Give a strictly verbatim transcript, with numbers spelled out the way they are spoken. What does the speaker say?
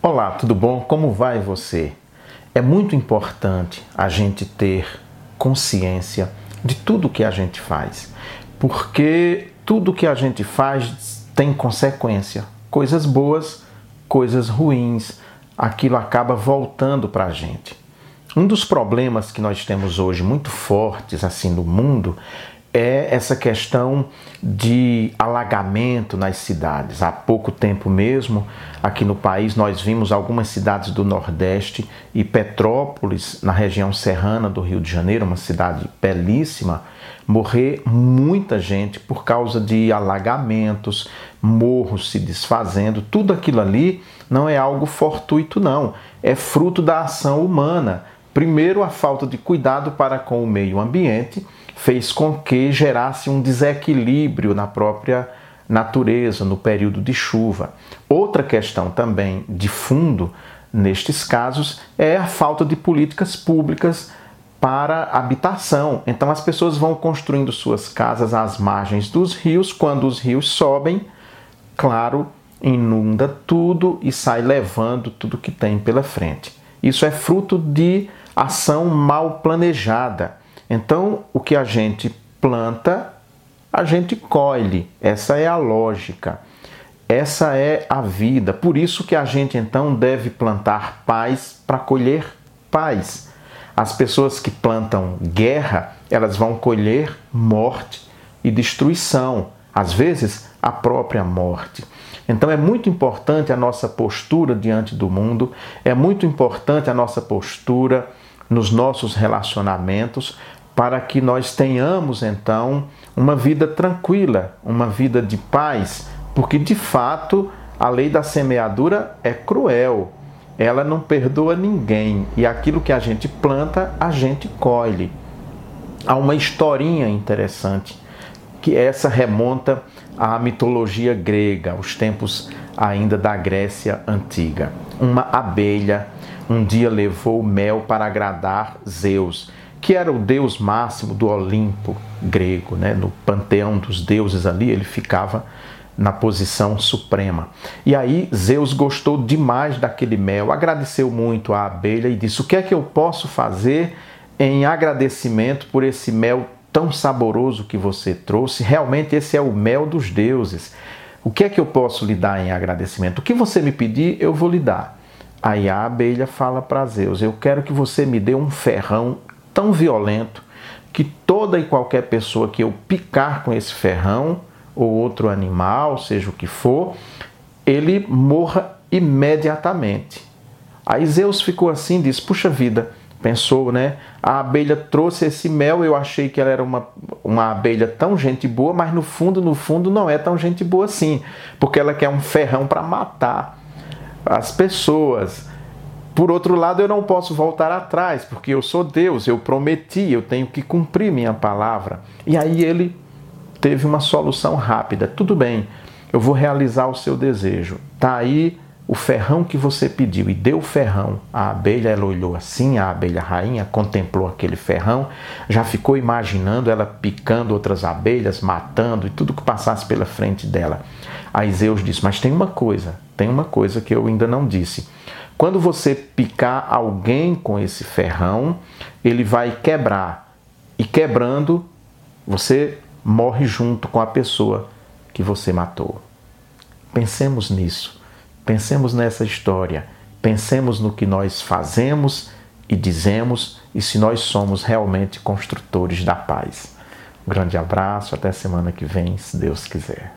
Olá, tudo bom? Como vai você? É muito importante a gente ter consciência de tudo que a gente faz, porque tudo que a gente faz tem consequência, coisas boas, coisas ruins, aquilo acaba voltando para a gente. Um dos problemas que nós temos hoje muito fortes assim no mundo é essa questão de alagamento nas cidades. Há pouco tempo mesmo, aqui no país, nós vimos algumas cidades do Nordeste e Petrópolis, na região serrana do Rio de Janeiro, uma cidade belíssima, morrer muita gente por causa de alagamentos, morros se desfazendo. Tudo aquilo ali não é algo fortuito, não. É fruto da ação humana. Primeiro, a falta de cuidado para com o meio ambiente fez com que gerasse um desequilíbrio na própria natureza, no período de chuva. Outra questão também de fundo, nestes casos, é a falta de políticas públicas para habitação. Então as pessoas vão construindo suas casas às margens dos rios. Quando os rios sobem, claro, inunda tudo e sai levando tudo que tem pela frente. Isso é fruto de ação mal planejada. Então, o que a gente planta, a gente colhe. Essa é a lógica. Essa é a vida. Por isso que a gente, então, deve plantar paz para colher paz. As pessoas que plantam guerra, elas vão colher morte e destruição. Às vezes, a própria morte. Então, é muito importante a nossa postura diante do mundo. É muito importante a nossa postura nos nossos relacionamentos, para que nós tenhamos, então, uma vida tranquila, uma vida de paz, porque, de fato, a lei da semeadura é cruel, ela não perdoa ninguém, e aquilo que a gente planta, a gente colhe. Há uma historinha interessante, que essa remonta à mitologia grega, aos tempos ainda da Grécia Antiga. Uma abelha um dia levou mel para agradar Zeus, que era o deus máximo do Olimpo grego, né? No panteão dos deuses ali, ele ficava na posição suprema. E aí Zeus gostou demais daquele mel, agradeceu muito à abelha e disse: o que é que eu posso fazer em agradecimento por esse mel tão saboroso que você trouxe? Realmente esse é o mel dos deuses. O que é que eu posso lhe dar em agradecimento? O que você me pedir, eu vou lhe dar. Aí a abelha fala para Zeus: eu quero que você me dê um ferrão tão violento que toda e qualquer pessoa que eu picar com esse ferrão, ou outro animal, seja o que for, ele morra imediatamente. Aí Zeus ficou assim, disse: puxa vida, pensou, né? A abelha trouxe esse mel, eu achei que ela era uma, uma abelha tão gente boa, mas no fundo, no fundo não é tão gente boa assim, porque ela quer um ferrão para matar as pessoas. Por outro lado, eu não posso voltar atrás, porque eu sou Deus, eu prometi, eu tenho que cumprir minha palavra. E aí ele teve uma solução rápida. Tudo bem, eu vou realizar o seu desejo. Está aí o ferrão que você pediu, e deu o ferrão. A abelha, ela olhou assim, a abelha rainha contemplou aquele ferrão, já ficou imaginando ela picando outras abelhas, matando e tudo que passasse pela frente dela. Aí Zeus disse: mas tem uma coisa, tem uma coisa que eu ainda não disse. Quando você picar alguém com esse ferrão, ele vai quebrar. E quebrando, você morre junto com a pessoa que você matou. Pensemos nisso. Pensemos nessa história. Pensemos no que nós fazemos e dizemos e se nós somos realmente construtores da paz. Um grande abraço. Até semana que vem, se Deus quiser.